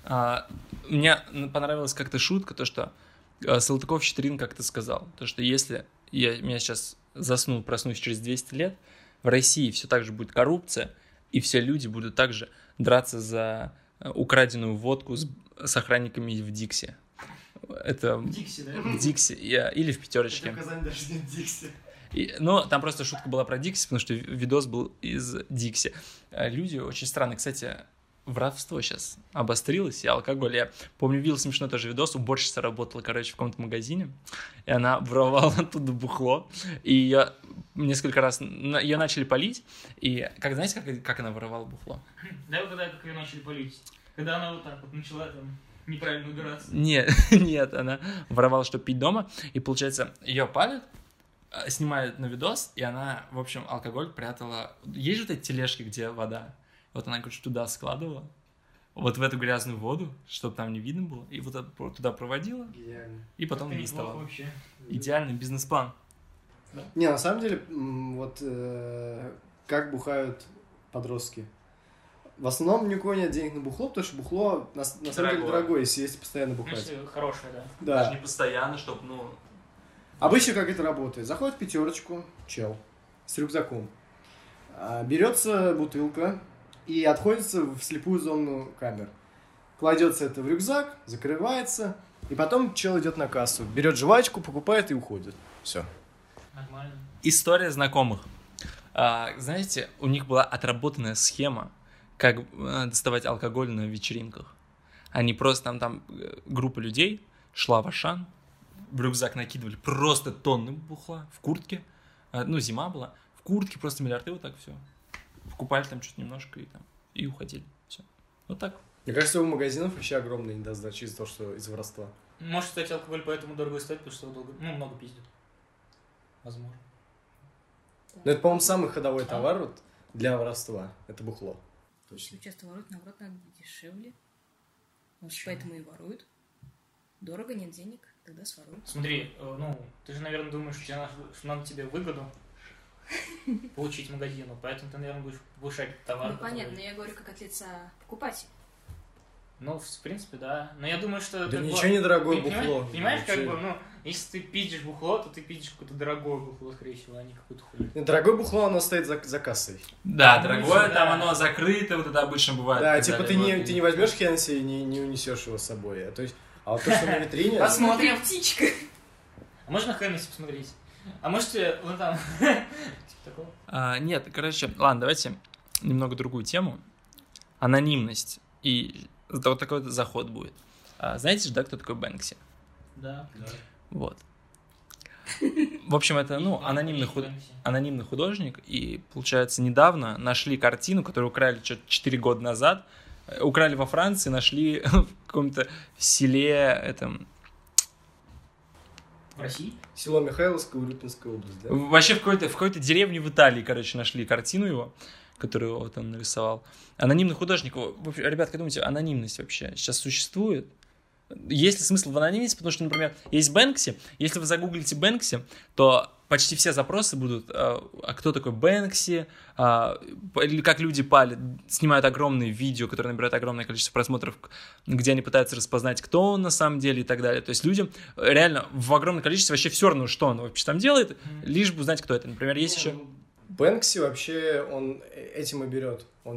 Мне понравилась как-то шутка, то, что Салтыков-Щедрин как-то сказал, то, что если меня сейчас засну, проснусь через 200 лет, в России все так же будет коррупция, и все люди будут также драться за украденную водку с охранниками в Дикси. Это В Дикси, да? в Дикси или в Пятерочке. Это в Казани даже нет Дикси. Но там просто шутка была про Дикси, потому что видос был из Дикси. Люди очень странные. Кстати, воровство сейчас обострилось, и алкоголь. Я помню, видел смешной тоже видос, уборщица работала, в каком-то магазине, и она воровала оттуда бухло, и ее несколько раз, ее начали палить, и, знаете, как она воровала бухло? Да, вот когда как ее начали палить. Когда она вот так вот начала там неправильно убираться. Нет, она воровала, чтобы пить дома, и, получается, ее палят, снимают на видос, и она, в общем, алкоголь прятала. Есть же вот эти тележки, где вода? Вот она, короче, туда складывала, вот в эту грязную воду, чтобы там не видно было, и вот туда проводила, Гениально. и потом Это доставала. неплохо вообще. Идеальный бизнес-план. Не, на самом деле, вот как бухают подростки. В основном никого нет денег на бухло, потому что бухло на самом деле дорогое, если постоянно бухать. Если хорошее, да. Да. Даже не постоянно, чтобы, Обычно как это работает? Заходит в Пятерочку, чел, с рюкзаком. Берется бутылка и отходится в слепую зону камер. Кладется это в рюкзак, закрывается, и потом чел идет на кассу, берет жвачку, покупает и уходит. Все. Нормально. История знакомых. Знаете, у них была отработанная схема, как доставать алкоголь на вечеринках. Они просто там группа людей шла в Ашан, в рюкзак накидывали просто тонны бухла в куртке. Зима была. В куртке просто миллиарды, вот так все. Покупали там что-то немножко и уходили. Все. Вот так. Мне кажется, у магазинов вообще огромный недосдача из-за того, что из воровства. Может, кстати, алкоголь поэтому дорого стоит, потому что его много пиздят. Возможно. Но это, по-моему, самый ходовой товар вот для воровства. Это бухло. Если часто воруют, наоборот, надо дешевле. Может, поэтому и воруют. Дорого, нет денег, тогда своруют. Смотри, ты же, наверное, думаешь, что надо тебе выгоду получить магазину, поэтому ты, наверное, будешь повышать товар. Ну, понятно, но я говорю как от лица покупателя. Ну, в принципе, да. Но я думаю, что... Да ничего не дорогое бухло. Понимаешь, если ты пиздишь бухло, то ты пиздишь какое-то дорогое бухло, скорее всего, а не какую-то хуйню. Дорогое бухло, оно стоит за кассой. Да, дорогое, там оно закрыто, вот это обычно бывает. Да, типа ты не возьмешь Хенси и не унесешь его с собой. А вот то, что на витрине... Посмотрим. Птичка. А можно Хенси посмотреть? А можете вон там... Типа такого? Нет, ладно, давайте немного другую тему. Анонимность. И вот такой вот заход будет. Знаете же, да, кто такой Бэнкси? Да. Вот. В общем, это, анонимный художник, и, получается, недавно нашли картину, которую украли 4 года назад, украли во Франции, нашли в каком-то селе, В России? Село Михайловское, Урюпинская область, да? вообще в какой-то деревне в Италии, нашли картину его, которую вот он нарисовал. Анонимный художник. Ребят, как думаете, анонимность вообще сейчас существует? Есть ли смысл в анонимности? Потому что, например, есть Бэнкси. Если вы загуглите Бэнкси, то почти все запросы будут, кто такой Бэнкси, или как люди палят, снимают огромные видео, которые набирают огромное количество просмотров, где они пытаются распознать, кто он на самом деле и так далее. То есть людям реально в огромном количестве вообще все равно, что он вообще там делает, лишь бы узнать, кто это. Например, есть еще... Бэнкси вообще, он этим и берет. Он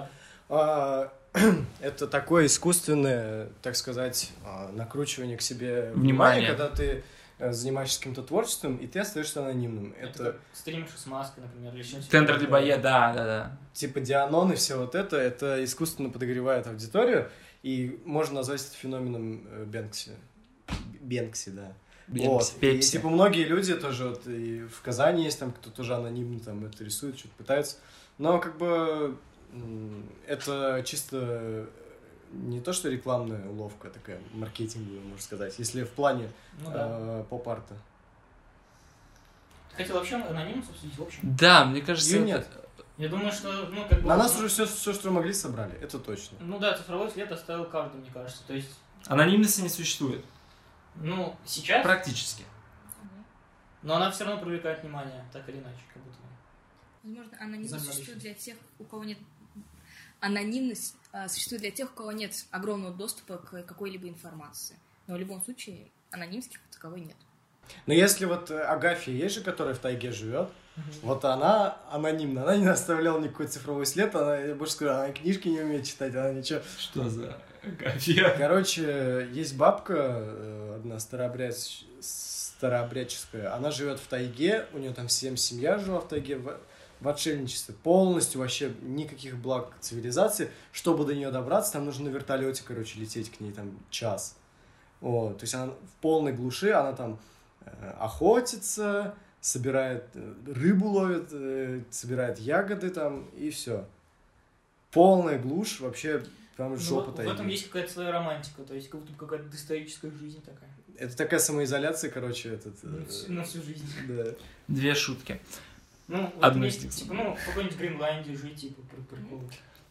это такое искусственное, так сказать, накручивание к себе внимания, когда ты занимаешься каким-то творчеством, и ты остаешься анонимным. Это стримишь с маской, например, или что-нибудь. Тендер для боя, да. Типа Дианон и все вот это искусственно подогревает аудиторию, и можно назвать это феноменом Бэнкси. Бэнкси, да. Вот. И типа многие люди тоже, вот и в Казани есть там, кто тоже анонимно там это рисует, что-то пытаются, но как бы это чисто не то, что рекламная уловка такая, маркетинговая, можно сказать, если в плане поп-арта. Ты хотел вообще анонимность обсудить в общем? Да, мне кажется, ее нет. Я думаю, что, На нас уже все, что могли, собрали, это точно. Цифровой след оставил каждый, мне кажется, то есть... Анонимности не существует. Сейчас... Практически. Но она все равно привлекает внимание, так или иначе, как будто бы. Возможно, она не существует для тех, у кого нет анонимность существует для тех, у кого нет огромного доступа к какой-либо информации. Но в любом случае анонимских как таковой нет. Но если вот Агафья есть же, которая в тайге живет, вот она анонимна, она не оставляла никакой цифровой след, она, я больше скажу, она книжки не умеет читать, она ничего. Что за Агафья? Короче, есть бабка, одна старообрядческая, она живет в тайге, у нее там всем семья жила в тайге, в отшельничестве, полностью вообще никаких благ цивилизации, чтобы до нее добраться, там нужно на вертолете, короче, лететь к ней там час. Вот, то есть она в полной глуши, она там охотится, собирает рыбу, ловит, собирает ягоды там и все. Полная глушь, вообще прям жопа тайги. В этом есть какая-то своя романтика, то есть как будто какая-то доисторическая жизнь такая. Это такая самоизоляция, короче, На всю жизнь. Да. 2 шутки. Ну, Одну есть, из них. типа, в какой-нибудь Гренландии жить, типа, прикол.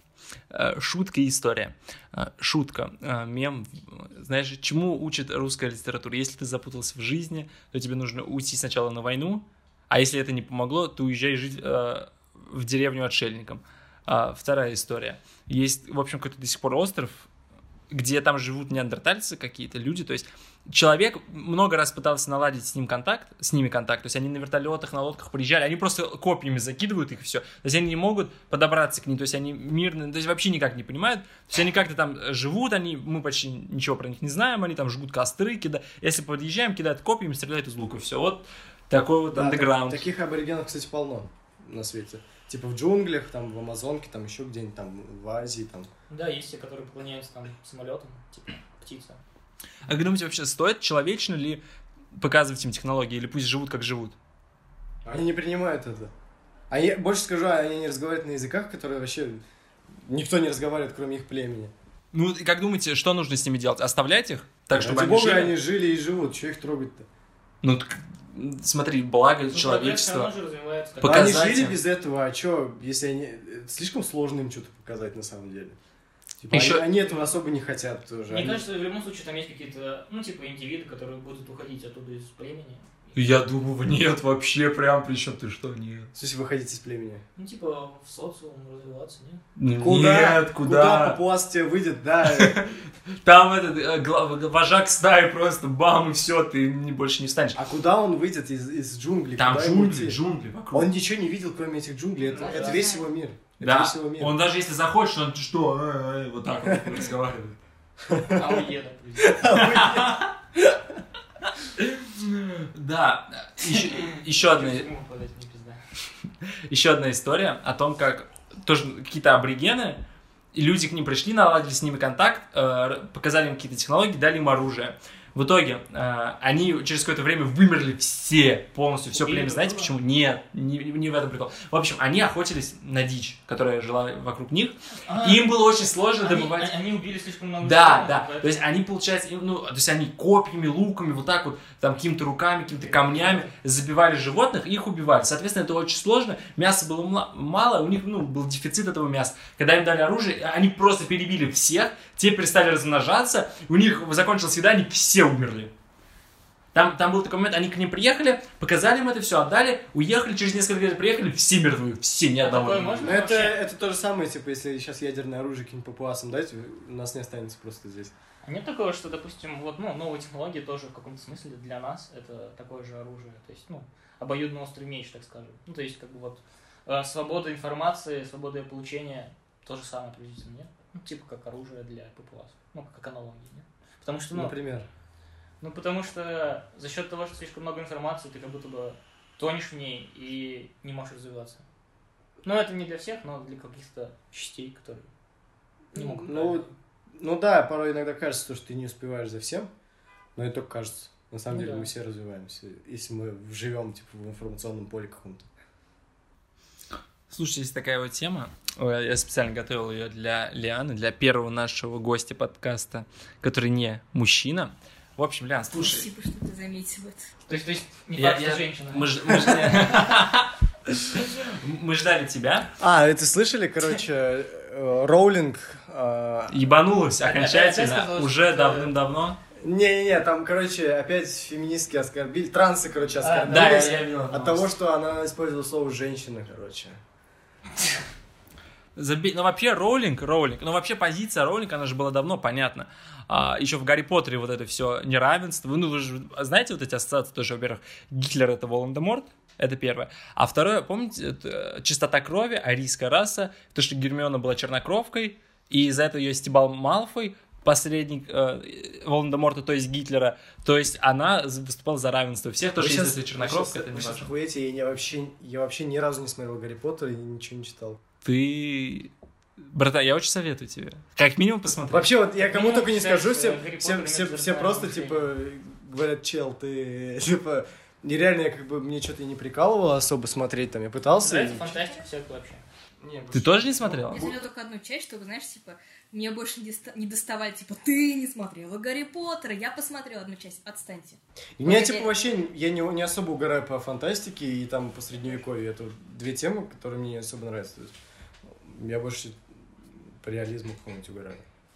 Шутка и история. Шутка, мем. Знаешь, чему учит русская литература? Если ты запутался в жизни, то тебе нужно уйти сначала на войну, а если это не помогло, то уезжай жить в деревню отшельником. Вторая история. Есть, в общем, какой-то до сих пор остров, где там живут неандертальцы какие-то люди, то есть человек много раз пытался наладить с ними контакт, то есть они на вертолетах, на лодках приезжали, они просто копьями закидывают их и все, то есть они не могут подобраться к ним, то есть они мирно, то есть вообще никак не понимают, то есть они как-то там живут, мы почти ничего про них не знаем, они там жгут костры, если подъезжаем, кидают копьями, стреляют из лука, все, вот такой вот андеграунд. Таких аборигенов, кстати, полно на свете. Типа в джунглях, там, в Амазонке, там, еще где-нибудь, там, в Азии, там. Да, есть те, которые поклоняются там самолетам, типа птица. А как думаете, вообще стоит, человечно ли показывать им технологии, или пусть живут, как живут? Они не принимают это. Они, больше скажу, они не разговаривают на языках, которые вообще никто не разговаривает, кроме их племени. Ну, и как думаете, что нужно с ними делать? Оставлять их? Так, чтобы они жили и живут, что их трогать-то? Ну, смотри, благо человечества. Они жили без этого, а что, если они... Слишком сложно им что-то показать на самом деле. Типа, они этого особо не хотят тоже. Мне кажется, в любом случае там есть какие-то, индивиды, которые будут уходить оттуда из племени. Я думаю, нет, вообще прям, причем ты что, нет. В смысле, выходить из племени? В социум развиваться, нет? Нет, куда папуас тебе выйдет, да. Там вожак стаи просто бам, и все, ты больше не встанешь. А куда он выйдет из джунглей? Там джунгли вокруг. Он ничего не видел, кроме этих джунглей, это весь его мир. Да, он даже если захочет, он что, вот так вот разговаривает. Ауе, Да, еще одна история о том, как тоже какие-то аборигены, и люди к ним пришли, наладили с ними контакт, показали им какие-то технологии, дали им оружие. В итоге они через какое-то время вымерли все, полностью, все племя. Знаете почему? Нет, не в этом прикол. В общем, они охотились на дичь, которая жила вокруг них. И им было очень сложно добывать... Они убили слишком много. Да. То есть они, получается, то есть они копьями, луками, вот так вот, там, какими-то руками, какими-то камнями забивали животных и их убивали. Соответственно, это очень сложно. Мяса было мало, у них, был дефицит этого мяса. Когда им дали оружие, они просто перебили всех, те перестали размножаться, у них закончилась еда, они все умерли. Там был такой момент, они к ним приехали, показали им это все, отдали, уехали, через несколько лет приехали, все мертвые, все, ни одного. Это то же самое, типа, если сейчас ядерное оружие каким-нибудь папуасам дать, у нас не останется просто здесь. А нет такого, что, допустим, новые технологии тоже в каком-то смысле для нас это такое же оружие, то есть, обоюдно острый меч, так скажем. То есть, свобода информации, свобода получения, то же самое приблизительно, нет? Типа как оружие для папуасов, как аналогия, нет? Потому что, например? Потому что за счет того, что слишком много информации, ты как будто бы тонешь в ней и не можешь развиваться. Это не для всех, но для каких-то частей, которые не могут. Да, порой иногда кажется, что ты не успеваешь за всем, но это только кажется. На самом деле мы все развиваемся, если мы живем в информационном поле каком-то. Слушайте, есть такая вот тема, я специально готовил ее для Лианы, для первого нашего гостя подкаста, который не мужчина. В общем, Лиан, слушай. Спасибо, что ты заметил это. То есть не факт, что женщина. Мы ждали тебя. Это слышали, короче, Роулинг... Ебанулась окончательно, уже давным-давно. Не-не-не, там, короче, опять феминистки оскорбили, трансы, короче, оскорбились. Да, я видел. От того, что она использовала слово «женщина», короче. Ну, вообще, Роулинг, ну, вообще, позиция Роулинг, она же была давно понятна. Еще в Гарри Поттере вот это все неравенство. Ну, вы же знаете вот эти ассоциации тоже, во-первых, Гитлер — это Волан-де-Морт, это первое. А второе, помните, чистота крови, арийская раса, то, что Гермиона была чернокровкой, и из-за этого ее стебал Малфой, посредник Волан-де-Морта, то есть Гитлера, то есть она выступала за равенство всех, то, что если чернокровка, это не важно. Вы сейчас охуете, я вообще ни разу не смотрел Гарри Поттера и ничего не читал. Ты... Братан, я очень советую тебе. Как минимум посмотри. Вообще, вот я кому только не скажу, все просто, типа, говорят, чел, ты, типа, нереально, я как бы, мне что-то и не прикалывало особо смотреть, там, я пытался. Нравится фантастика всякая вообще. Ты тоже не смотрела? Я смотрела только одну часть, чтобы, знаешь, типа, мне больше не доставали, типа, ты не смотрела Гарри Поттера, я посмотрела одну часть, отстаньте. И меня, типа, вообще, я не особо угораю по фантастике и там по средневековью. Это две темы, которые мне не особо нравятся. То есть, я больше по реализму какому-нибудь угораю.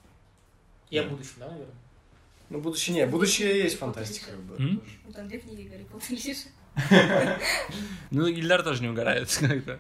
Я будущем, да, наверное? Ну, будущее нет. Будущее есть фантастика, как бы. Ну, там 2 книги Гарри Поттера лишь. Ну, Ильдар тоже не угорает.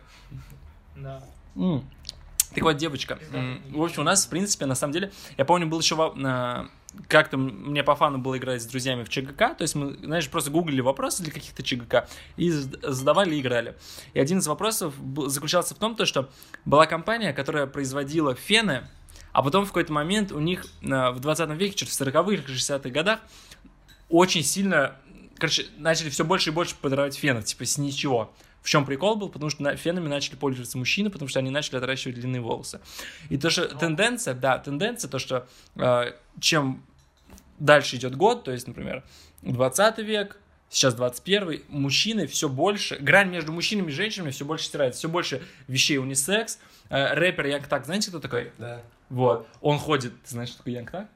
Да. Так вот, девочка. В общем, у нас, в принципе, на самом деле, я помню, был еще как-то мне по фану было играть с друзьями в ЧГК, то есть мы, знаешь, просто гуглили вопросы для каких-то ЧГК и задавали и играли. И один из вопросов заключался в том, что была компания, которая производила фены, а потом в какой-то момент у них в 20 веке, что-то в 40-х или 60-х годах, очень сильно, короче, начали все больше и больше продавать фенов, типа с ничего. В чем прикол был? Потому что фенами начали пользоваться мужчины, потому что они начали отращивать длинные волосы. И то, что тенденция, то, что чем дальше идет год, то есть, например, 20 век, сейчас 21, мужчины все больше, грань между мужчинами и женщинами все больше стирается, все больше вещей унисекс. Рэпер Янг Так, знаете, кто такой? Да. Вот, он ходит, ты знаешь, что такое Янг Так?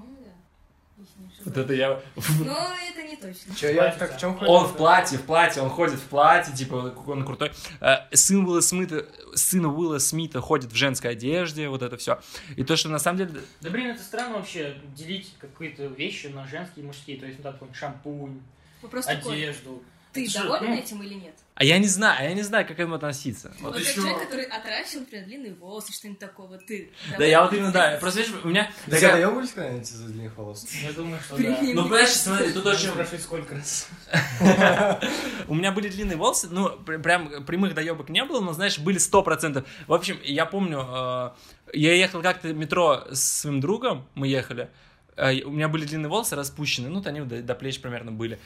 Вот это я... Но это не точно. Че, я так в чем ходит? Он в платье, он ходит в платье, типа, он крутой. Сын Уилла Смита ходит в женской одежде, вот это все. И то, что на самом деле... Да блин, это странно вообще делить какие-то вещи на женские и мужские. То есть, ну, так вот, шампунь, одежду. Ты доволен этим или нет? А я не знаю, как к этому относиться. Вот как человек, который отращивал, например, длинные волосы, что-нибудь такого, ты. Да, я вот именно, да. Просто, видишь, у меня... Да я доебывались когда-нибудь из-за длинных волос? Я думаю, что да. Ну, понимаешь, смотри, тут очень... Спрашивай, сколько раз. У меня были длинные волосы, ну, прям прямых доебок не было, но, знаешь, были 100%. В общем, я помню, я ехал как-то в метро с своим другом, мы ехали, у меня были длинные волосы распущены, ну, они до плеч примерно были.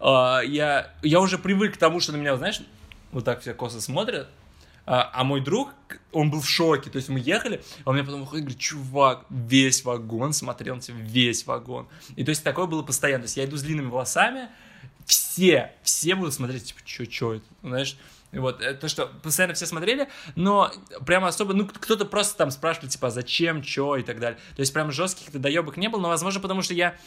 Я уже привык к тому, что на меня, знаешь, вот так все косо смотрят. А мой друг, он был в шоке. То есть мы ехали, а он мне потом выходит и говорит: чувак, весь вагон смотрел на тебя, весь вагон. И то есть такое было постоянно. То есть я иду с длинными волосами, все будут смотреть, типа, что это, знаешь. И вот, то, что постоянно все смотрели, но прямо особо, ну, кто-то просто там спрашивает, типа, зачем, что и так далее. То есть прям жестких доебок не было, но, возможно, потому что я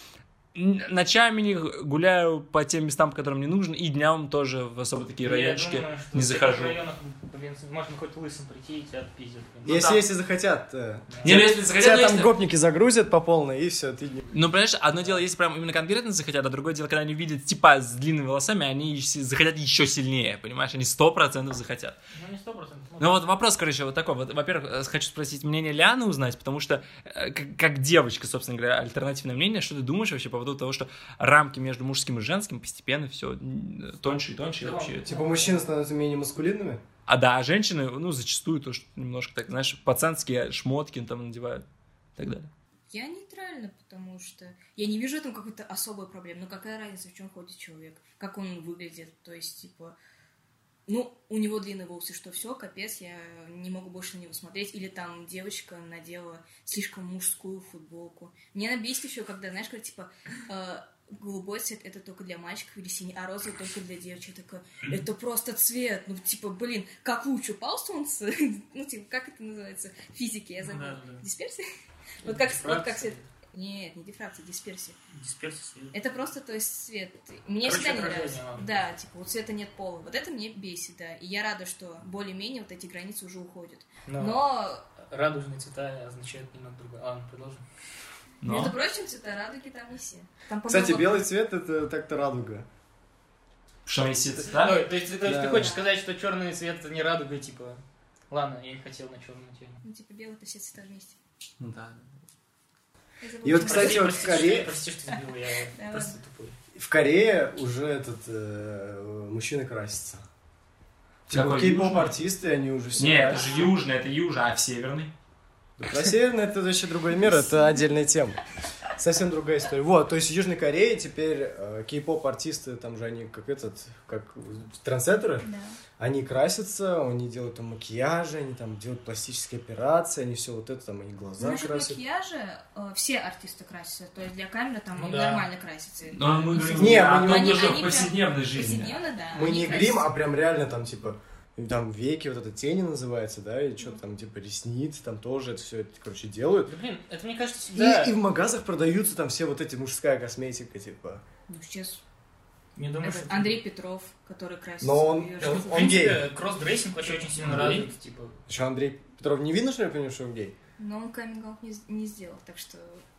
ночами гуляю по тем местам, по которым мне нужно, и днем тоже в особо такие райончики не захожу. В районах, блин, можно хоть лысым прийти и тебя отпиздят. Если захотят. Если захотят, тебя там гопники загрузят по полной, и все, ты... Ну, понимаешь, одно дело, если прям именно конкретно захотят, а другое дело, когда они видят типа с длинными волосами, они захотят еще сильнее, понимаешь, они 100% захотят. Ну, не 100%. Ну, вот вопрос, короче, вот такой. Вот, во-первых, хочу спросить мнение Лианы узнать, потому что, как девочка, собственно говоря, альтернативное мнение, что ты думаешь вообще по поводу того, что рамки между мужским и женским постепенно все тоньше и тоньше, и вообще... Типа мужчины становятся менее маскулинными? А да, женщины, ну, зачастую тоже немножко так, знаешь, пацанские шмотки там надевают и так далее. Я нейтральна, потому что я не вижу в этом какой-то особой проблемы. Ну, какая разница, в чем ходит человек, как он выглядит, то есть, типа... Ну, у него длинные волосы, что все, капец, я не могу больше на него смотреть. Или там девочка надела слишком мужскую футболку. Меня бесит еще, когда, знаешь, как типа голубой цвет это только для мальчиков или синий, а розовый только для девочек. Я такая, это просто цвет. Ну, типа, блин, как луч упал солнце? Ну, типа, как это называется? Физики, я забыла. Дисперсия? Вот как цвет. Нет, не дифракция, дисперсия. Дисперсия света. Это просто, то есть, свет. Мне всегда не нравится. Да, типа, у цвета нет пола. Вот это мне бесит, да. И я рада, что более-менее вот эти границы уже уходят. Но... Радужные цвета означают немного другое. Ладно, продолжим. Между прочим, цвета радуги там не все. Там, кстати, белый цвет — это так-то радуга. Что есть цвета? То есть ты хочешь сказать, что черный цвет — это не радуга, типа... Ладно, я не хотел на черную тему. Ну, типа, белый это все цвета вместе. Ну да. И вот, кстати, вот в Корее... Прости, что сбил, я просто тупой. В Корее уже этот мужчины красятся. Типа кей-поп-артисты, они уже все... Нет, это же южный, это южный, а в северный? Да, про северный это вообще другой мир, это отдельная тема. Совсем другая история. Вот, то есть в Южной Корее теперь кей-поп-артисты, там же они как трансеттеры, Да. они красятся, они делают там макияжи, они там делают пластические операции, они все вот это там, они глаза Насчет красят. макияжа все артисты красятся, то есть для камеры там Ну им да. нормально красятся. Но мы говорим Не, о мы том, не- что они в прям повседневной жизни. Повседневно, да. Мы они не красятся. грим, а прям реально там типа там веки, вот это тени называется, да, и что там типа ресницы, там тоже это все, короче, делают. Да, блин, это мне кажется всегда... И в магазах продаются там все вот эти мужская косметика, типа. Ну, сейчас Не думаю, этот что... Андрей Петров, который красится. Но он- и В что- он принципе, гей. кросс-дрессинг вообще очень сильно Андрей? развит, типа... Что, Андрей Петров не видно, что я понимаю, что он гей? Но он каминг-аут не сделал, так что...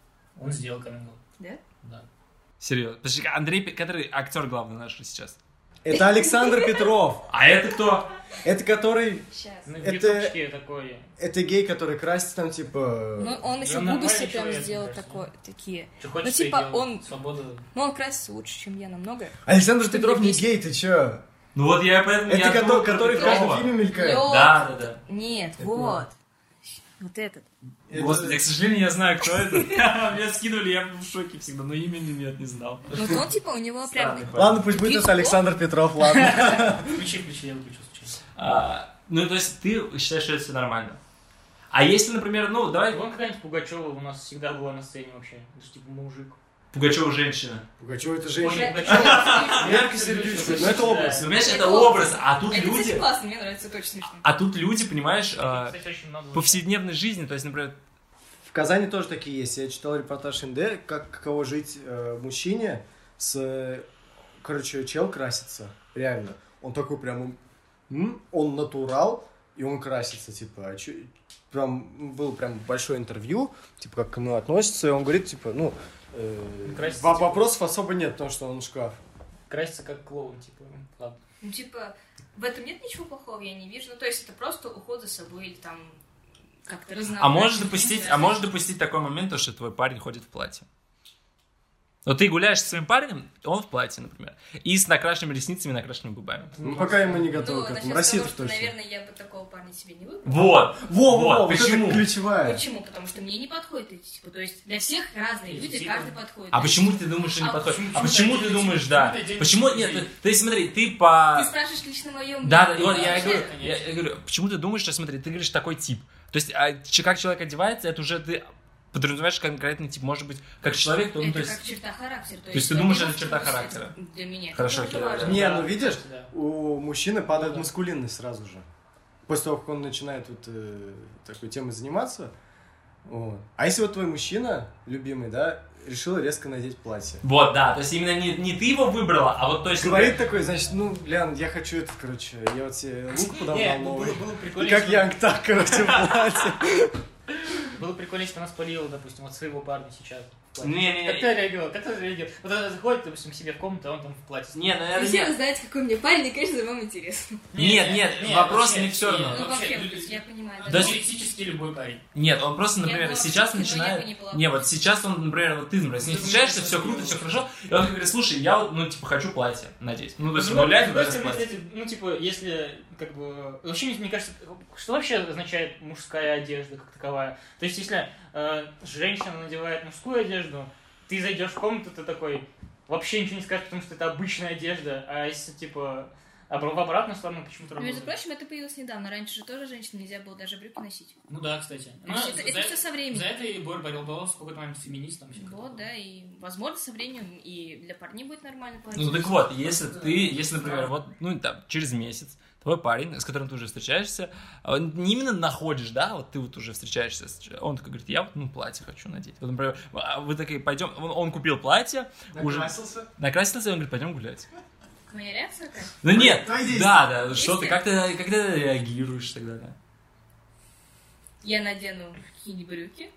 Он сделал каминг. Да? Да. Серьезно. Подожди, Андрей, который актер главный наш сейчас. Это Александр Петров. А это кто? Это который... Сейчас. Ну, в Это- ютубчике такой... Это гей, который красится там, типа... Ну, он еще нормальный губы себе прям человек, сделал мне кажется. такие. Что хочешь, Ну, что и типа, делай. он- Свобода. Ну, он красится лучше, чем я намного. Александр Что Петров меня не бесит. гей, ты чё? Ну вот я поэтому... Это я думал про который в Петрова. каждом фильме мелькает. Лёд. Да. Нет, Так вот. Вот этот. Господи, к сожалению, я знаю, кто это. Меня скинули, я в шоке всегда, но имени нет, не знал. Ну, то он, типа, у него прям... Странный парень. Ладно, пусть будет это Александр Петров, ладно. Включи, я выключу случайно. Ну, то есть ты считаешь, что это все нормально? А если, например, ну, давай... Вон какая-нибудь Пугачева у нас всегда была на сцене вообще. Это же типа мужик. Пугачева женщина. Пугачева это Ой, женщина. Пугачева. Яркий сердючка, но это образ. Ты понимаешь, это Это образ, а тут Это, кстати, люди... классно, мне нравится, это очень смешно. А тут люди, понимаешь, Кстати, очень много. повседневной жизни, то есть, например, В Казани тоже такие есть. Я читал репортаж НД, каково жить мужчине с... Короче, чел красится, реально. Он такой прям... Он натурал, и он красится, типа... Прям был прям большое интервью, типа, как к нему относятся, и он говорит, типа, ну... Красится, типа. Вопросов особо нет, потому что он шкаф. Красится как клоун, типа. Ладно. Ну, типа, в этом нет ничего плохого, я не вижу. Ну, то есть, это просто уход за собой или там как-то разнообразие. а можешь допустить такой момент, то, что твой парень ходит в платье? Вот ты гуляешь со своим парнем, он в платье, например, и с накрашенными ресницами и накрашенными губами. Ну, пока ему не Ну, готовы к этому. насчет Россия того, что, точно. наверное, я бы такого парня себе не выбрала. Вот, Вот почему? это ключевая. Почему? Потому что мне не подходит эти, типа, то есть для всех разные люди, Типа. каждый подходит. А почему ты думаешь, что не А подходит? почему- А почему ты почему думаешь, ты да? идеи- Почему идеи- нет? То есть смотри, ты по... Ты спрашиваешь лично мое мнение. Да, и вот Ну, я вообще, говорю, конечно. я говорю, почему ты думаешь, что, смотри, ты говоришь такой тип. То есть, как человек одевается, это уже ты подразумеваешь конкретный тип. Может быть, как человек, то, ну, это то есть... как черта характера. То есть ты думаешь, это одежда, черта кстати, характера? Для меня. Хорошо, это окей, важно. давай. Не, Да, ну видишь, да. у мужчины падает Да. маскулинность сразу же. После того, как он начинает вот такой темой заниматься. Вот. А если вот твой мужчина, любимый, да, решил резко надеть платье. Вот, да, то есть именно не ты его выбрала, а вот то есть... Говорит такой, значит, ну, Лян, я хочу этот, короче, я вот себе лук подобрал Не, новый. было И прикольно, как если- Янг, так, короче, в платье. Было прикольно, если бы она спалила, допустим, от своего парня сейчас. в платье. Не-не-не. Как ты реагировал? Вот она заходит, допустим, себе в комнату, а он там в платье. Не, Вы наверное, все вы нет. знаете, какой мне парень, и, конечно, вам интересно. Нет, вопрос вообще, не всё равно. Ну, вообще, вообще, я понимаю. Да, да. теоретически любой парень. Нет, он просто, Я например, была сейчас в шоке, но я начинает... бы не была. Не, вот сейчас он, например, вот ты, например, с ним встречаешься, все круто, все хорошо, и он говорит, слушай, я вот, ну, типа, хочу платье надеть. Ну, то есть, гулять, Ну, гулять в просто, платье. ну, типа, если, как бы... Вообще, мне кажется, что вообще означает мужская одежда как таковая? То есть, если женщина надевает мужскую одежду, ты зайдешь в комнату, ты такой, вообще ничего не скажешь, потому что это обычная одежда, а если, типа, в обратную сторону почему-то Между работает. прочим, это появилось недавно. Раньше же тоже женщинам нельзя было даже брюки носить. Ну да, кстати. То есть это все со временем. За это и Борь боролся в какой-то момент феминистом. Вот, да, и возможно со временем и для парней будет нормально платье. Ну, так вот, если, например, вот, ну, там, через месяц твой парень, с которым ты уже встречаешься, не именно находишь, да, вот ты вот уже встречаешься, он такой говорит, я вот, ну, платье хочу надеть. Вот, например, вы такие, пойдем, он купил платье, уже накрасился, и он говорит, пойдем гулять. Моя реакция какая? Ну нет, Твои действия. да, что ты, как ты реагируешь тогда, да? Я надену какие-нибудь брюки,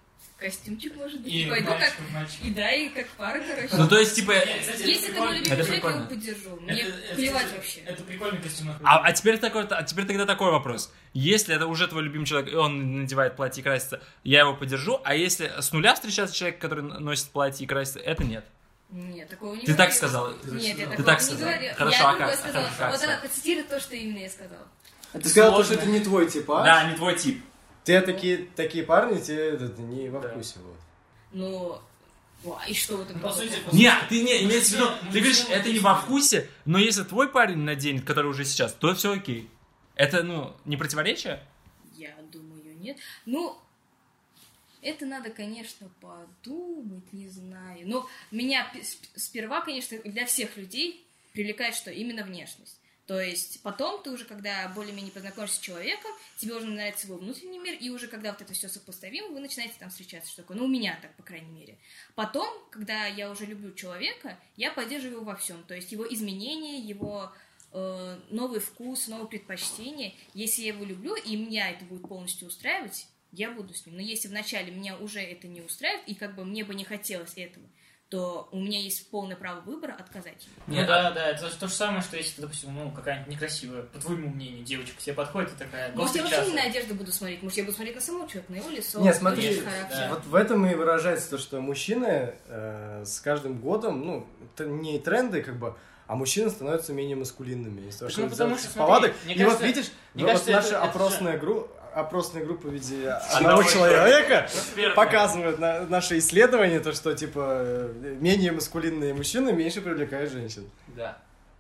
костюмчик, может быть. И Пойду мальчик, как... мальчик. И да, и как пара, короче. Ну, то есть, типа... Если это мой любимый человек, я прикольно. его поддержу. Мне плевать вообще. Это прикольный костюм. А теперь тогда такой вопрос. Если это уже твой любимый человек, и он надевает платье и красится, я его поддержу, а если с нуля встречается человек, который носит платье и красится, это нет. Нет, такого не Ты так сказала? Нет, я Ты такого так не сказала? говорила. Хорошо, Я а другое как? сказала. Как? Вот она процитирует то, что именно я сказала. Ты сказал, что это не твой типаж? Да, не твой тип. Тебе такие парни, тебе это не во вкусе. Вот. Ну, и что вот это? По сути, Нет, имеется в виду, ты говоришь, это не во вкусе, но если твой парень наденет, который уже сейчас, то все окей. Это, не противоречие? Я думаю, нет. Ну, это надо, конечно, подумать, не знаю. Но меня сперва, конечно, для всех людей привлекает что? Именно внешность. То есть потом ты уже, когда более-менее познакомишься с человеком, тебе уже нравится его внутренний мир, и уже когда вот это все сопоставимо, вы начинаете там встречаться, что такое. Ну, у меня так, по крайней мере. Потом, когда я уже люблю человека, я поддерживаю его во всем. То есть его изменения, его новый вкус, новые предпочтения. Если я его люблю, и меня это будет полностью устраивать, я буду с ним. Но если вначале меня уже это не устраивает, и как бы мне бы не хотелось этого, то у меня есть полное право выбора отказать ему. Ну да, это то же самое, что если, допустим, какая-нибудь некрасивая, по твоему мнению, девочка к тебе подходит и такая... Может, я вообще не на одежду буду смотреть, может, я буду смотреть на самого человека, на его лицо. Нет, смотри, характер. вот в этом и выражается то, что мужчины с каждым годом, это не тренды, как бы, а мужчины становятся менее маскулинными. Из-за того, что потому что, повадок. смотри, И вот видишь, мне вот кажется, наша это опросная группа в виде одного человека показывает наше исследование, то, что, типа, менее маскулинные мужчины меньше привлекают женщин. Да.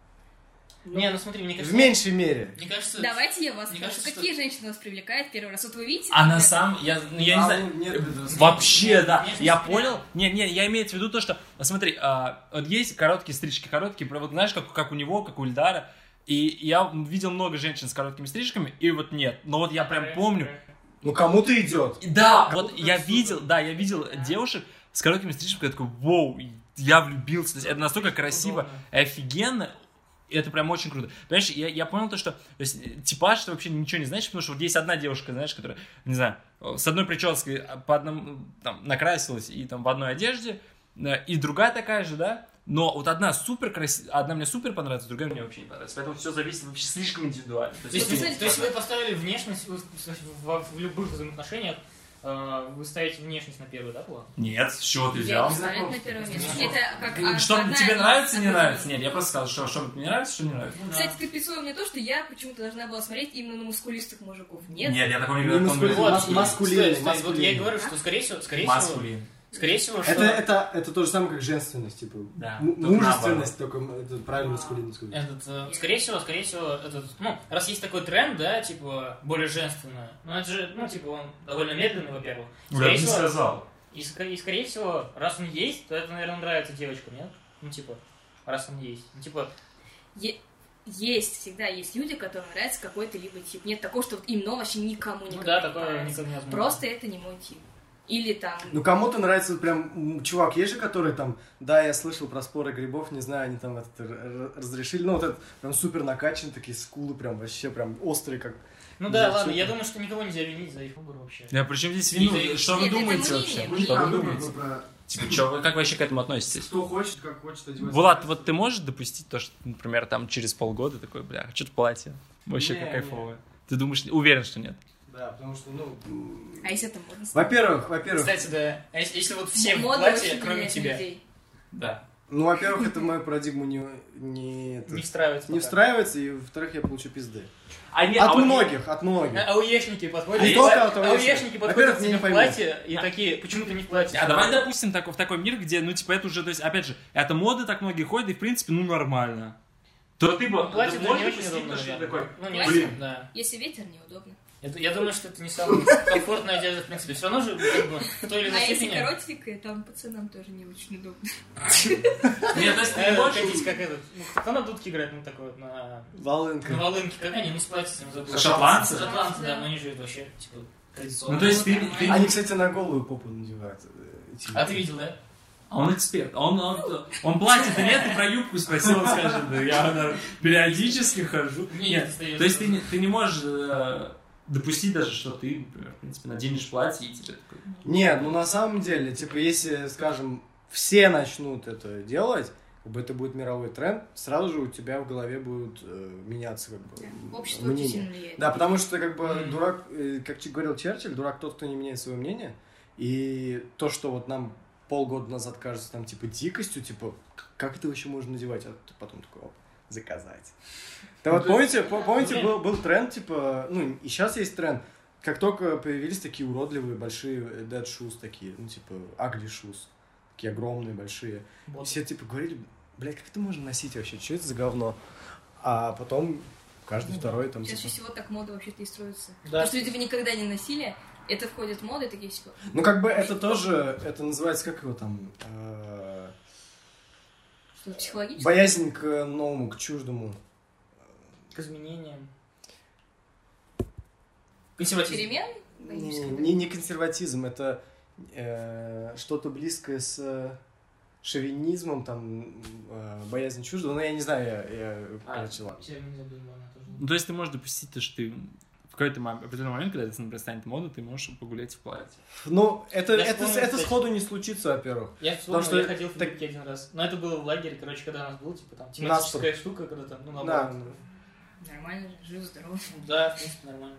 Не, смотри, мне кажется... В меньшей мере. Мне кажется... Давайте я вас мне спрошу, кажется, какие женщины вас привлекают первый раз? Вот вы видите? А на самом... Я не знаю... Вообще, да. Я понял. Не, я имею в виду то, что... Смотри, вот есть короткие стрижки, вот знаешь, как у него, как у Ильдара. И я видел много женщин с короткими стрижками, и вот нет. Но вот я прям помню... Ну, кому-то идет. Да, вот я видел девушек с короткими стрижками, я такой, вау, я влюбился. То есть это настолько красиво, офигенно. И это прям очень круто. Понимаешь, я понял то, что типаж это вообще ничего не значит, потому что вот есть одна девушка, знаешь, которая, не знаю, с одной прической по одному, там, накрасилась и там в одной одежде, и другая такая же, да, но вот одна супер красивая, одна мне супер понравится, другая мне вообще не понравится. Поэтому все зависит вообще слишком индивидуально. То есть вы поставили внешность в любых взаимоотношениях, вы ставите внешность на первый, да, план? Нет, с чего ты Я взял? его ставлю на первое место. Это как Что одна тебе из нравится, не таких- нравится? Нет, я просто сказал, что мне нравится, что не нравится. Кстати, ты присвоил мне то, что я почему-то должна была смотреть именно на мускулистых мужиков. Нет? Нет, я такого не Не говорю. маскулин. Вот, Маскулинный, вот я и маскулинный. говорю, что скорее всего, что... Это то же самое, как женственность, типа. Да, Мужественность, только это правильно маскулинность. Скорее всего, раз есть такой тренд, да, типа, более женственное, это же, он довольно медленный, во-первых. Я бы не сказал. И, скорее всего, раз он есть, то это, наверное, нравится девочкам, нет? Раз он есть. Всегда есть люди, которым нравится какой-то либо тип. Нет такого, что вот именно вообще никому не такое нравится. никому не возможно. Просто это не мой тип. Или там... Ну, кому-то нравится вот прям, чувак, есть же, который там, да, я слышал про споры грибов, не знаю, они там разрешили, вот этот прям супер накачанный, такие скулы прям вообще прям острые, как... Ладно, я думаю, что никого нельзя винить за их выбор вообще. Да, причем здесь вину? Что вы Нет, это думаете мнение, вообще? Что вы мнение. думаете? Типа, как вы вообще к этому относитесь? Кто хочет, как хочет одеваться. Влад, вот ты можешь допустить то, что, например, там через полгода такой, бля, хочу платье. Вообще как кайфовое. Ты думаешь, уверен, что нет? Да, потому что, А если это модно? Во-первых... Кстати, да. А если вот все в Мода платье, очень кроме меняет тебя? людей. Да. Ну, во-первых, это в мою парадигму не Не встраивается. не пока. встраивается, и, во-вторых, я получу пизды. А От многих. А уешники подходят? Не только от уешников. Уешники подходят Во-первых, к я тебе не в пойму. платье и такие, почему ты не в платье? А давай допустим в такой мир, где, это уже, то есть, опять же, это мода, так многие ходят, и, в принципе, нормально. То ты бы... Платье ты это можешь не очень допустить удобно, то, что ты наверное. такой, Не Платье? очень, да. Если ветер, неудобно. Я думаю, что это не самая комфортная одежда, в принципе. Все равно же, в той или А иной если степени... коротенькая, там пацанам тоже не очень удобно. Нет, то есть ты не можешь... Катить, как этот... Кто на дудке играет, такой вот, на Волынка. волынке? Как они, с платьем забыл. Шотландцы? Шотландцы, да, но они же вообще, традиционно. Ну, то есть ты... Они, кстати, на голую попу надевают. А ты видел, да? А он эксперт. Он платье-то нет, ты про юбку спросил, он скажет, да я периодически хожу. Нет, То есть ты не можешь допустить даже, что ты, например, в принципе, наденешь платье и тебе такой... Нет, ну на самом деле, типа, если, скажем, все начнут это делать, как бы это будет мировой тренд, сразу же у тебя в голове будут меняться как бы Общество очень сильно мнения. влияет. Да, потому что как бы дурак, как говорил Черчилль, дурак тот, кто не меняет свое мнение. И то, что вот нам полгода назад кажется там типа дикостью, типа как это вообще можно надевать, а ты потом такой, оп, заказать. Да вот помните, был тренд, типа, ну и сейчас есть тренд, как только появились такие уродливые большие dead shoes такие, ну типа ugly shoes, такие огромные, большие. И все типа говорили, блядь, как это можно носить вообще, что это за говно? А потом каждый второй там... Сейчас типа... всего так мода вообще-то и строится. Да. То, что люди никогда не носили, это входит в моду, и такие типа... Ну как бы это тоже, это называется, как его там... Что, психологически? Боязнь к новому, к чуждому. К изменениям. Консерватизм. Перемен? Не консерватизм, это что-то близкое с шовинизмом, там, боязнь чуждого, но я не знаю, я короче, ладно. Ну, то есть ты можешь допустить то, что ты в какой-то определенный момент, когда это, например, станет мода, ты можешь погулять в платье. Ну, это вспомнил, сходу не случится, во-первых. Я вспомнил, что я ходил в так- фигурки один раз. Но это было в лагере, короче, когда у нас был, типа, там, тематическая штука, когда там, ну, Да, наоборот. Нормально же, жив, здоров. Да, в принципе, нормально.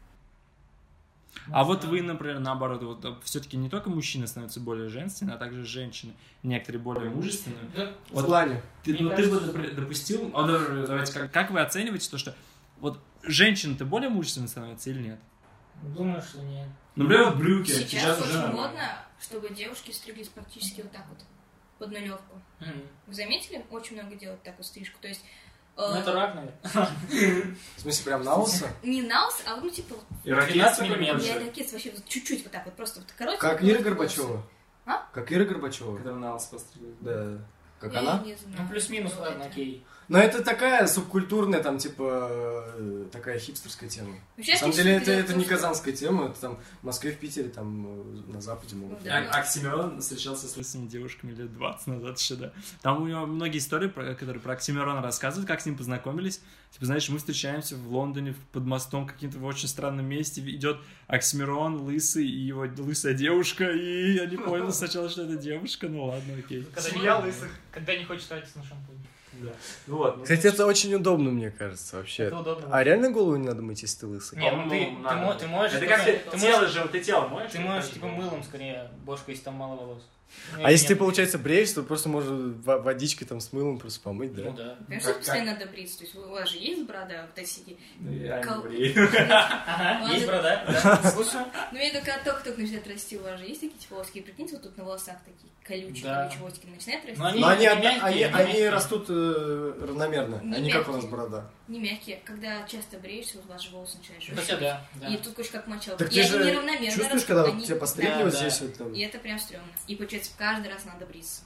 А вот вы, например, наоборот, вот все-таки не только мужчины становятся более женственными, а также женщины, некоторые более мужественные. Да. в плане. Ты бы допустил, давайте, как вы оцениваете то, что вот женщины-то более мужественные становятся или нет? Думаю, что нет. Например, вот брюки. Сейчас уже очень нормально. модно, чтобы девушки стриглись практически вот так вот, под нулевку. Вы заметили? Очень много делают так вот стрижку. То есть... Ну, это рак, наверное. В смысле, прям на лысо? Не наус, а вот, ну, типа... Ирокез 12 такой миллиметров. большой, Я ракет вообще вот чуть-чуть вот так вот, просто вот короче. Как Ира Горбачева? А? Как Ира Горбачева? который на лысо постригли. Да. Как Я она? не знаю. Ну, плюс-минус, Вот ладно, это. окей. Но это такая субкультурная, там, типа, такая хипстерская тема. Ну, На самом деле, это не казанская тема, это там в Москве, в Питере, там на Западе могут. Ну, да. Оксимирон встречался с лысыми девушками лет 20 назад еще, да. Там у него многие истории, которые про Оксимирона рассказывают, как с ним познакомились. Типа, знаешь, мы встречаемся в Лондоне под мостом каким-то в очень странном месте, идет Оксимирон, лысый, и его лысая девушка, и я не понял сначала, что это девушка, ну ладно, окей. Когда не хочешь тратиться на шампунь. Да. Ну вот. Кстати, это очень удобно, мне кажется, вообще. Это удобно. А реально голову не надо мыть, если ты лысый? Не, ну ты можешь... Это только- как ты тело же, ты тело моешь? Ты можешь, типа, мылом скорее бошку, если там мало волос. А если ты, получается, бреешься, то просто можно водичкой там с мылом просто помыть, да? Ну да. Понимаешь, что постоянно надо бриться? То есть у вас же есть борода, вот эти сидит. Я не Кол- брею. Ага, есть борода? Да. Слушай. Ну, я только только начинает расти, у вас же есть такие типа волоски? Прикиньте, вот тут на волосах такие колючие, Да. колючие волосики начинают расти. Но они- Но они мягкие, они растут равномерно, Не они как у нас мягкие. борода. Не мягкие. Когда часто бреешься, вот у вас же волосы начинают расти. Хотя да. И тут куча как мочалка. Так И ты они же неравномерно чувствуешь, растут, когда они- тебя постригли Да, вот да. здесь вот там? И это прям стрёмно. И получается, каждый раз надо бриться.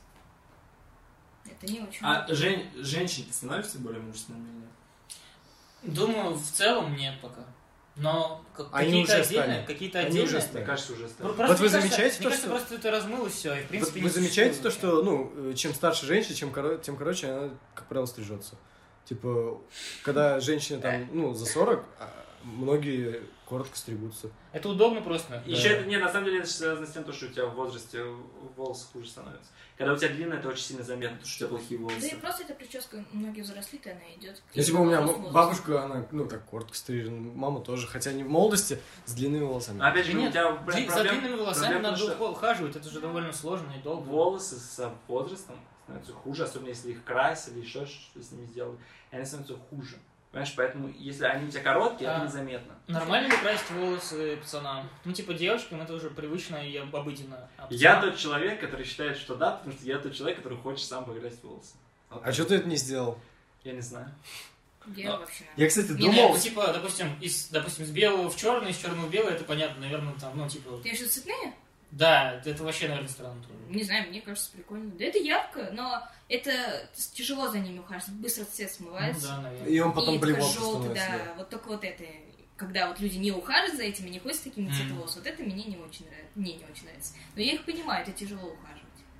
Это не очень. А женщины становятся более мужественными или нет? Думаю, в целом нет пока. Но Они какие-то уже отдельные, стали. какие-то Они отдельные. уже Мне стали. кажется, уже стали. Просто, Вот вы мне кажется, замечаете мне то, кажется, что- просто это размылось все, и в принципе Вы не замечаете то, существует что, ну, чем старше женщина, тем короче она, как правило, стрижется. Типа, когда женщина там, ну, за 40, многие коротко стригутся. вообще. Это удобно просто. Еще это, нет, на самом деле это связано с тем, что у тебя в возрасте волосы хуже становятся. Когда у тебя длинные, это очень сильно заметно, потому что у тебя плохие Да и волосы. просто эта прическа, многие взрослит, и она идет. Ну, типа, у меня бабушка, она, ну, так коротко стрижена, мама тоже, хотя не в молодости, с длинными волосами. Но опять же, у Нет, тебя за длинными волосами проблема в надо том, что ухаживать, это же довольно сложно и долго. волосы с возрастом становятся хуже, особенно если их красили, еще что с ними сделали, и они становятся хуже. Понимаешь, поэтому если они у тебя короткие, это незаметно. Нормально ли красить волосы пацанам? Ну, типа, девочкам это уже привычно и обыденно. А Я пацанам- тот человек, который считает, что да, потому что я тот человек, который хочет сам покрасить волосы. Вот А так. что ты это не сделал? Я не знаю. Дело вообще. Я, кстати, Не, думал... ну, типа, допустим, из белого в черный, из черного в белый, это понятно, наверное, там, ну, типа... Ты же цветные? Да, это вообще, наверное, странно тоже. Не знаю, мне кажется, прикольно. Да это ярко, но это тяжело за ними ухаживать. Быстро цвет Ну, смывается. да, наверное. И он потом и такой блевотный желтый, становится. да. Вот только вот это, когда вот люди не ухаживают за этими, не ходят с такими Мгм. цветом волос, вот это мне не очень нравится. Мне не очень нравится. Но я их понимаю, это тяжело ухаживать.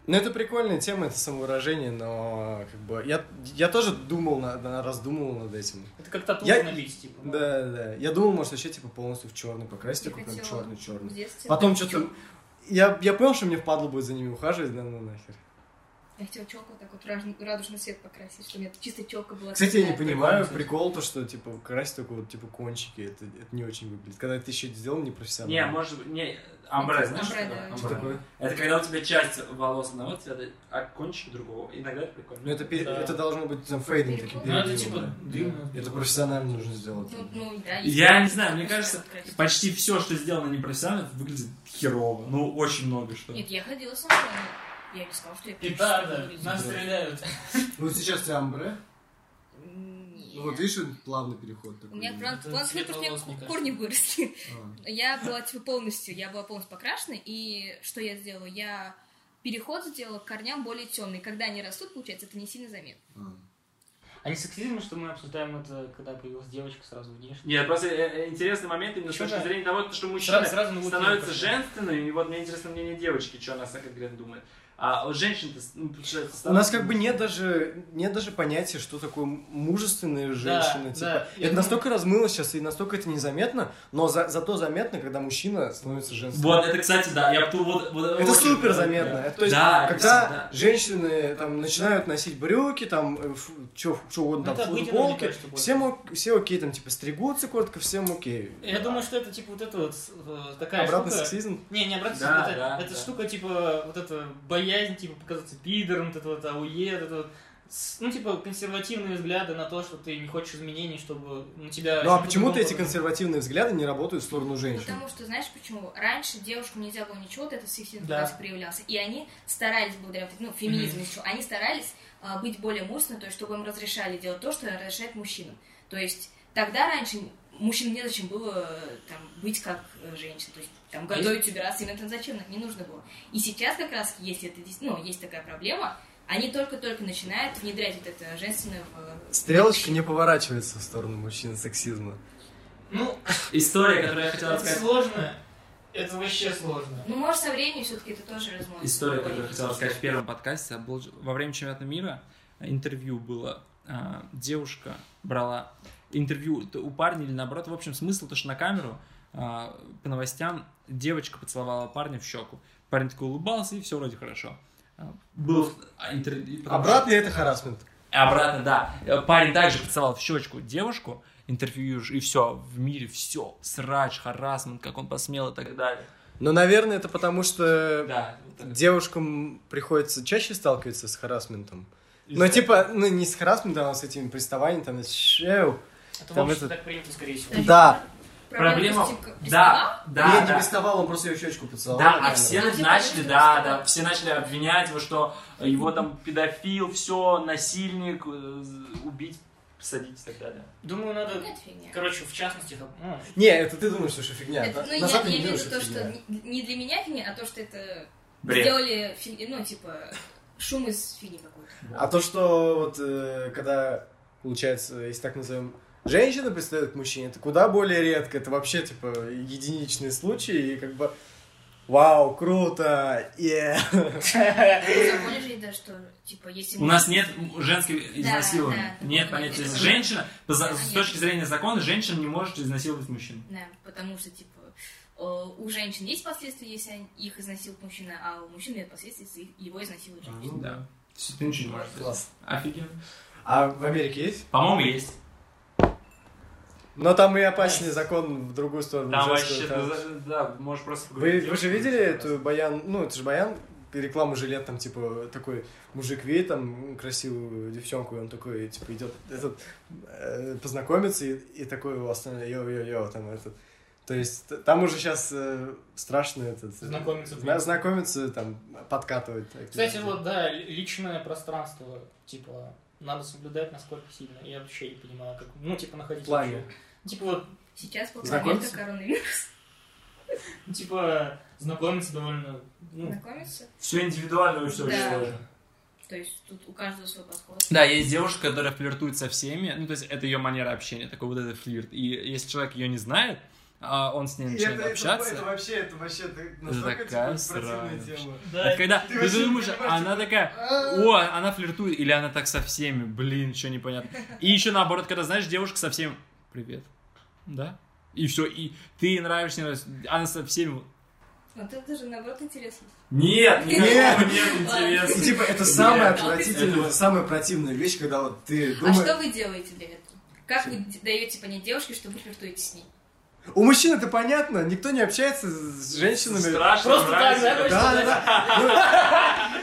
Ну, это прикольная тема, это самовыражение, но как бы я тоже раздумывал над этим. Это как тату набить, типа. Да. Я думал, может, вообще типа полностью в черный покрасить, такой прям черный. Потом что-то. Я понял, что мне впадло будет за ними ухаживать, да ну нахер. Я хотела челку так вот радужный цвет покрасить, чтобы у меня чисто челка была. Кстати, я не понимаю прикол, то, что типа красить только вот типа кончики, это не очень выглядит. Когда ты еще сделал непрофессионально. Не, может не амбре, знаешь? Что такое? Это когда у тебя часть волос одного цвета, а кончики другого. Иногда это прикольно. Ну это должно быть там фейдинг таким. Ну это типа дым. Это профессионально нужно сделать. Я не знаю, мне кажется, почти все, что сделано непрофессионально, выглядит херово. Ну, очень много что. Нет, я ходила с амбре. Я не сказала, что я петарда, нас стреляют. Ну сейчас ты амбре? Нет. Ну вот видишь, плавный переход такой. У меня корни выросли. Я была полностью покрашена, и что я сделала? Я переход сделала к корням более темный. Когда они растут, получается, это не сильно заметно. А не сексизм, что мы обсуждаем это, когда появилась девочка сразу внешне? Нет, просто интересный момент именно с точки зрения того, что мужчина становится женственным, и вот мне интересно мнение девочки, что она конкретно думает. А вот женщин-то, у нас как бы нет даже понятия, что такое мужественная женщина. Да. Это настолько размыло сейчас, и настолько это незаметно, но зато заметно, когда мужчина становится женственным. Вот, это, кстати, да. Это супер заметно. Да. То есть, когда женщины там начинают носить брюки, там, что угодно, там, футболки, все окей, там, типа, стригутся коротко, всем окей. Я думаю, что это, типа, вот это вот такая обратный штука... сексизм? Не обратный сексизм. Это штука, типа, вот это боязнь, типа, показаться пидором, вот это вот АУЕ, вот это вот, ну, типа, консервативные взгляды на то, что ты не хочешь изменений, чтобы на тебя... Ну, а почему-то эти консервативные взгляды не работают в сторону женщин? Потому что, знаешь почему? Раньше девушкам нельзя было ничего, вот этот сексизм как раз проявлялся, и они старались, благодаря, феминизму еще, они старались быть более мужественными, то есть, чтобы им разрешали делать то, что разрешает мужчинам. То есть, тогда раньше мужчинам незачем было там быть как женщина, то есть там готовить, убираться, им это зачем не нужно было. И сейчас как раз есть такая проблема, они только-только начинают внедрять вот это женственное в... Стрелочка не поворачивается в сторону мужчин сексизма. Ну, история, которую я хотел рассказать. Это сложно. Это вообще сложно. Ну, может, со временем все-таки это тоже размоется. История, которую я хотел рассказать в первом подкасте, во время чемпионата мира интервью было. Девушка брала интервью у парня или наоборот. В общем, смысл то, что на камеру по новостям девочка поцеловала парня в щеку. Парень такой улыбался, и все вроде хорошо. Был интервью... Обратно это харассмент. Обратно, да. Парень также поцеловал в щечку девушку, интервьюешь, и все, в мире все, срач, харассмент, как он посмел и так далее. Ну, наверное, это потому, что девушкам приходится чаще сталкиваться с харассментом. Ну, типа, не с харассментом, а с этими приставаниями, там, это в общем так принято, скорее всего. Да. Проблема... Да. Я не приставал, он просто ее щечку поцеловал. Да, а все начали, все начали обвинять его, что его там педофил, все, насильник, убить, посадить и так далее. Думаю, надо, короче, в частности... Не, это ты думаешь, что фигня. Я имею в виду то, что не для меня фигня, а то, что это сделали, шум из фигни какой-то. А то, что вот когда, получается, если так назовем, женщина пристает к мужчине, это куда более редко, это вообще, единичные случаи, и как бы, вау, круто, Законе же да, что, если... У нас нет женского изнасилования, нет понятия женщина, с точки зрения закона, женщина не может изнасиловать мужчин. Да, потому что, у женщин есть последствия, если их изнасилует мужчина, а у мужчин нет последствий, если его изнасилует женщина. Да. Ты ничего не можешь сделать. Офигенно. А в Америке есть? По-моему, есть. Но там и опаснее закон в другую сторону. Там вообще, да, можешь просто... Вы же видели эту Баян, это же Баян, рекламу жилет, там, такой мужик видит, там, красивую девчонку, и он такой, идет познакомиться, и такой его остановит, йо-йо-йо, там, То есть, там уже сейчас страшно знакомиться, там, подкатывать. Кстати, личное пространство, надо соблюдать насколько сильно. Я вообще не понимаю, как, находить... В плане? Сейчас после коронавирус. Знакомиться довольно... Знакомиться? Все индивидуально, все очень сложно. То есть тут у каждого свой подход. Да, есть девушка, которая флиртует со всеми, то есть это ее манера общения, такой вот этот флирт. И если человек ее не знает, а он с ней начинает общаться. Это вообще настолько такая противная тема. Это когда Ты ты вообще не думаешь, понимаешь, она такая, о, она флиртует, или она так со всеми, блин, что непонятно. И еще наоборот, когда знаешь, девушка со всеми, привет, да? И все, и ты ей нравишься, она со всеми. Вот это же наоборот интересно. Нет, нет интересно. И типа это самое отвратительное, это самая противная вещь, когда вот ты А думаешь... что вы делаете для этого? Как вы даете понять девушке, что вы флиртуете с ней? У мужчин это понятно, никто не общается с женщинами. Страшно. Просто так, да?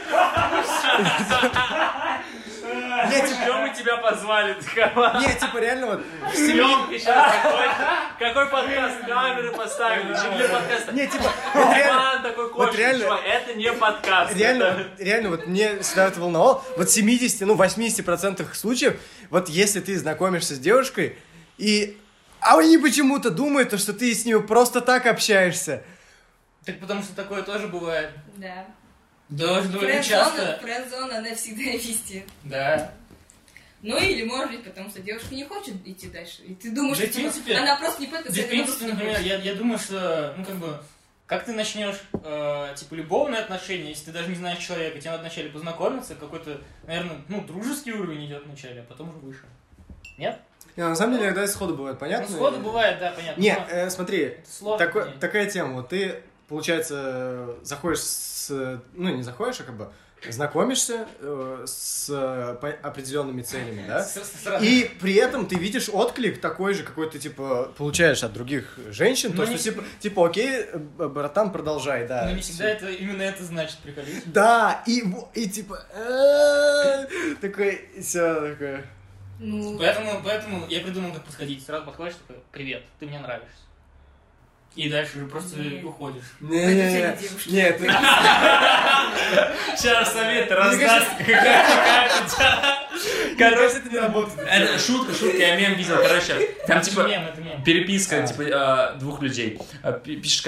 Нет, Что мы тебя позвали? нет, типа реально вот... Съемки сейчас какой подкаст? Камеры поставили, джингли подкаста. Нет, типа, вот реально, такой вот реально- чувак, это не подкаст. реально, вот мне всегда это волновало. Вот 80% случаев, вот если ты знакомишься с девушкой, а они почему-то думают, что ты с ней просто так общаешься. Так потому что такое тоже бывает. Да. Довольно часто. Френд-зона, она всегда везде. Да. Ну или, может быть, потому что девушка не хочет идти дальше. И ты думаешь, Да, что в принципе, она просто не понимает, Да, в принципе, например, я думаю, что, как ты начнешь, любовные отношения, если ты даже не знаешь человека, тебе надо вначале познакомиться, какой-то, наверное, дружеский уровень идет вначале, а потом уже выше. Нет? Не, на самом деле, иногда сходу бывает, понятно? Сходу бывает, да, понятно. Не, смотри, Это сложно. такая тема, вот ты, получается, заходишь не заходишь, а как бы знакомишься с определенными целями, да? Сразу. И при этом ты видишь отклик такой же, какой ты, получаешь от других женщин, то, что, окей, братан, продолжай, да. Но не всегда именно это значит, приколись. Да, и такой, все такое. Ну, Поэтому я придумал, как подходить. Сразу подходишь, такой, привет, ты мне нравишься. И дальше уже просто уходишь. Не, нет, Сейчас совет раздаст. Короче, это не работает. это шутка, я мем видел, короче, там Это мем. переписка, двух людей. Пишешь,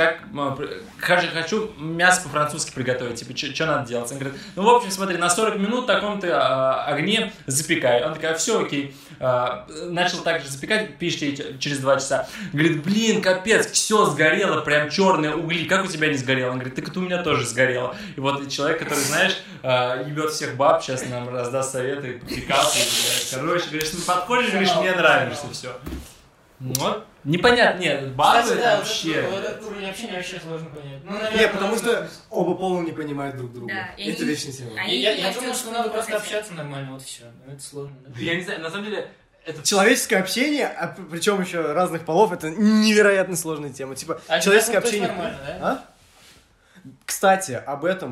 хочу мясо по-французски приготовить, что надо делать? Он говорит, в общем, смотри, на 40 минут в таком-то огне запекай. Он такой, все, окей. Начал также запекать, пишет ей через 2 часа. Говорит, блин, капец, все сгорело, прям черные угли. Как у тебя не сгорело? Он говорит, так это у меня тоже сгорело. И вот человек, который, знаешь, ебет всех баб, сейчас нам раздаст советы, прикалывается. Короче, говоришь, подходишь, говоришь, мне нравишься, все. Вот. Непонятно, нет, бабы Кстати, да, вообще... вот этот уровень общения вообще сложно понять. Нет, потому что оба пола не понимают друг друга. Да, и Это они- вечная тема. Я думаю, что надо просто общаться нормально, вот и все. Это сложно, да? Я не знаю, на самом деле... Это Человеческое общение, причем еще разных полов, это невероятно сложная тема. Типа, А человеческое для общение... нормально, да? А? Кстати, об этом,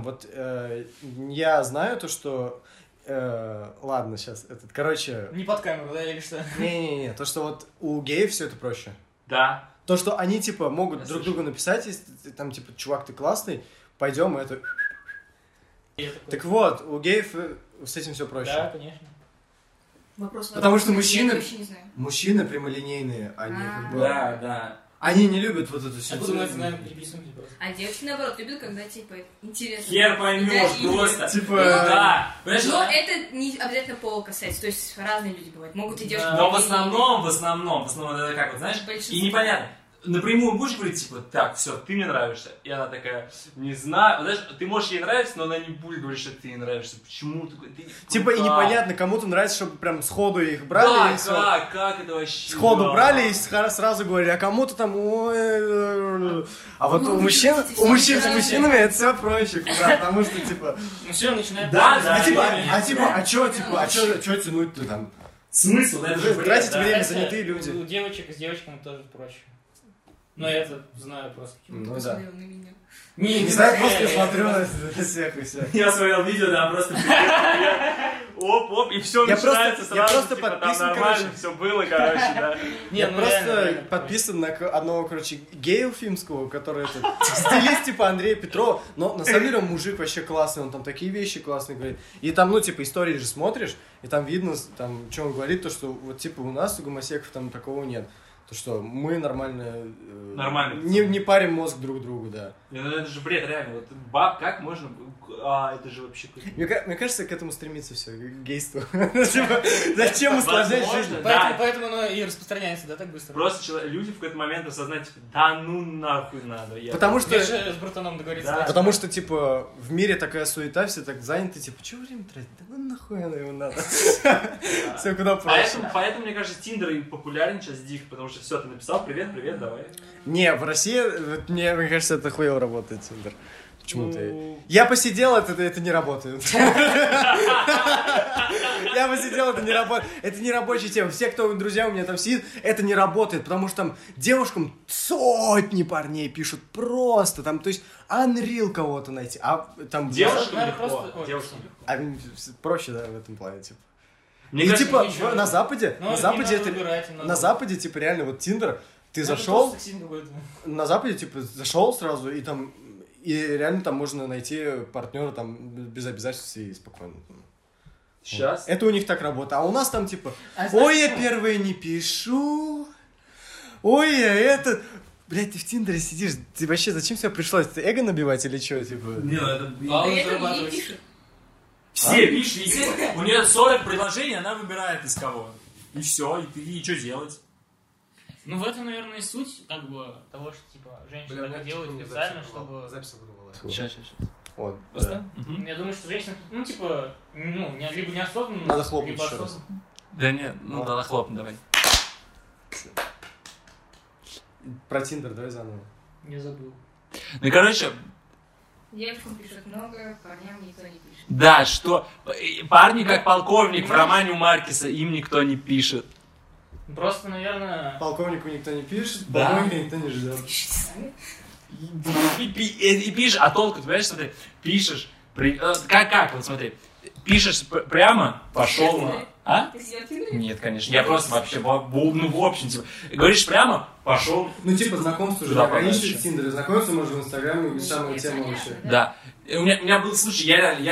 я знаю то, что... ладно, сейчас, короче... Не под камеру, да, или что? Не-не-не, то, что вот у геев все это проще. Да. То, что они, могут Я друг слышу. другу написать, если там, чувак, ты классный, пойдем, это... Я такой, Так вот, у геев с этим все проще. да, конечно. вопрос. Потому что Я мужчины- вообще не знаю. Мужчины прямолинейные, они как бы... Да. Они не любят вот эту всю... Откуда мы это знаем, переписываемся просто. А девочки, наоборот, любят, когда, интересно. Хер поймешь, Да, просто. Типа... Да. Понимаешь, Но это не обязательно пол касается, то есть разные люди бывают. Могут и девушки... Да. но в быть основном, это как, вот знаешь, Большинство. и непонятно. Напрямую будешь говорить, так, все, ты мне нравишься. И она такая, не знаю, знаешь, ты можешь ей нравиться, но она не будет говорить, что ты ей нравишься. Почему? И как? непонятно, кому-то нравится, чтобы прям сходу их брали, и всё. Да, как это вообще? Сходу Да. брали и сразу говорили, а кому-то там... ой, а вот Ну, у мужчин видите, с всё мужчинами это все проще, да, потому что, Ну все, начинает... Да, а чё тянуть-то там? Смысл, да, это же бред, Тратить да. время, Кстати, занятые люди. У девочек с девочками тоже проще. Но я это знаю просто. Ну да. Посмотрел на меня. Не знаю, просто я смотрю на всех и все. Я смотрел видео, там просто оп, и все Я начинается просто- я сразу, просто типа, там подписан, нормально короче. все было, короче, да. Я ну просто реально, подписан на одного, гея уфимского, который стилист типа Андрея Петрова, но на самом деле он мужик вообще классный, он там такие вещи классные говорит. И там, истории же смотришь, и там видно, там, что он говорит, то, что вот типа у нас, у гомосеков, там такого нет. То, что мы нормально... Нормально. Не парим мозг друг другу, да. Ну, это же бред, реально. Вот баб, как можно... это же вообще... Мне кажется, к этому стремится все, к гейству. Зачем усложнять жизнь? Поэтому оно и распространяется, да, так быстро. Просто люди в какой-то момент осознают, типа, да ну нахуй надо. Потому что... Я же с братаном договориться. Потому что, типа, в мире такая суета, все так заняты, типа, чего время тратить? Да ну нахуй оно его надо. Все куда проще. Поэтому, мне кажется, Тиндер и популярен сейчас дико, потому что все, ты написал, привет, давай. Не, в России, мне кажется, это хуево работает, Тиндер. Почему-то. Я посидел, это не работает. Я посидел, это не работает. Это не рабочая тема. Все, кто друзья у меня там сидит, это не работает, потому что там девушкам сотни парней пишут просто. Там, то есть, unreal кого-то найти. А там... Девушкам легко. А проще, да, в этом плане, типа. Мне и кажется, типа, ничего. на Западе, на Западе, типа, реально, вот Тиндер, ты зашел, на Западе, типа, зашел сразу, и там, и реально там можно найти партнера там без обязательств и спокойно. Сейчас? Это у них так работает. А у нас там, типа, ой, я первое не пишу, ой, я это... Блядь, ты в Тиндере сидишь, ты вообще зачем сюда пришла? Ты эго набивать или что, типа? Не, ну это... А это не пишет. Все пишут, естественно, у нее 40 предложений, она выбирает из кого. И все, и ты, и что делать? Ну, в этом, наверное, и суть, как бы, того, что, типа, женщины так делают специально, чтобы... Запись оборвалась. Сейчас. Вот. Просто? Я думаю, что женщины, ну, типа, либо неосознанно, Надо хлопнуть либо еще раз. осознанно. Да нет, ну да, хлопни, давай. Про Тиндер давай заново. Не забыл. Ну, короче, Девушкам пишут много, парням никто не пишет. да, что парни как полковник в романе у Маркеса, им никто не пишет. Просто, наверное... Полковнику никто не пишет, Да. полковника никто не ждет. Пишите сами. И пишешь, а толку, ты понимаешь, смотри, пишешь, как, вот смотри, пишешь прямо, пошел на... А? Ты сидел в Тиндере? Нет, конечно, я просто вообще, в общем, типа, говоришь прямо, пошел. Ну, типа, знакомство же Да, ограничивает подальше. в Тиндере. Знакомство можно в Инстаграме, и самая Нет, тема понятно, вообще. Да. И у меня был случай,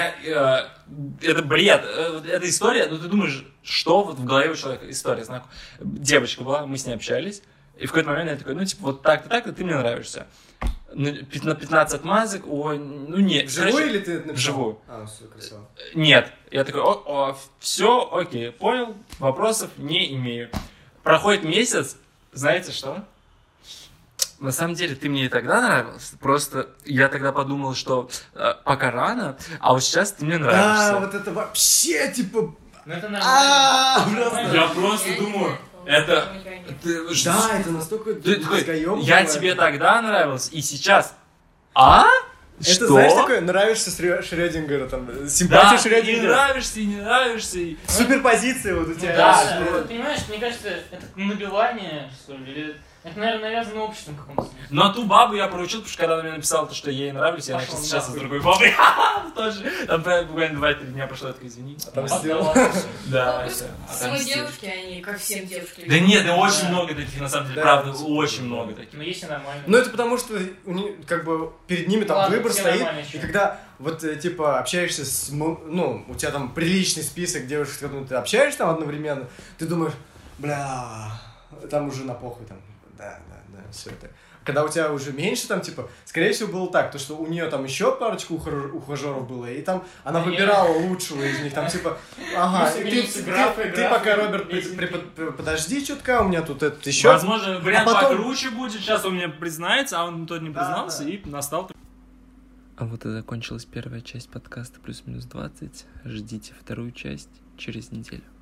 это бред, эта история, ну ты думаешь, что вот в голове у человека, история, девочка была, мы с ней общались, и в какой-то момент я такой, ну типа вот так-то, ты мне нравишься. На 15 отмазок, ой, ну нет. Вживую или ты это написал? Вживую. А, все, красиво. Нет. Я такой, все, окей, понял, вопросов не имею. Проходит месяц, знаете что? На самом деле, ты мне и тогда нравился, просто я тогда подумал, что пока рано, а вот сейчас ты мне нравишься. А, вот это вообще, типа... Ну, это нормально. Я просто думаю, это... Да, это настолько мозгоёбно Я бывает. тебе тогда нравился, и сейчас... А? Это, что? знаешь, такое, нравишься Шрёдингера, там, Да, симпатия и Шрёдингера. нравишься, и не нравишься, и... Суперпозиция вот у тебя. да, Да, понимаешь, мне кажется, это набивание, что ли, или... Это, наверное, навязано обществом в каком-то смысле. Но ту бабу я поручил, потому что когда она мне написала, то, что я ей нравлюсь, я начал Пошёл встречаться с нахуй. другой бабой. Тоже. Там буквально 2-3 дня прошло, я такой, извини. Отомстил. Да, Плюс всё, самой отомстил. девушки, они как всем девушкам. Да нет, да очень много таких, на самом деле, Да, правда, это очень много таких. Но есть и нормально. Ну, это потому что, как бы, перед ними там Ладно, выбор все стоит, нормально и ещё. когда, вот, типа, общаешься с, ну, у тебя там приличный список девушек, с которыми ты общаешься там одновременно, ты думаешь, бля, там уже на похуй, там, да, все это. Когда у тебя уже меньше, там, типа, скорее всего, было так, то, что у нее там еще парочку ухажеров было, и там она выбирала лучшего из них, там, типа, ага, Ну, ты графы, пока, Роберт, подожди чутка, у меня тут этот еще... Возможно, вариант потом- покруче будет, сейчас он мне признается, а он тот не Да, признался, да. и настал... А вот и закончилась первая часть подкаста «Плюс-минус 20». Ждите вторую часть через неделю.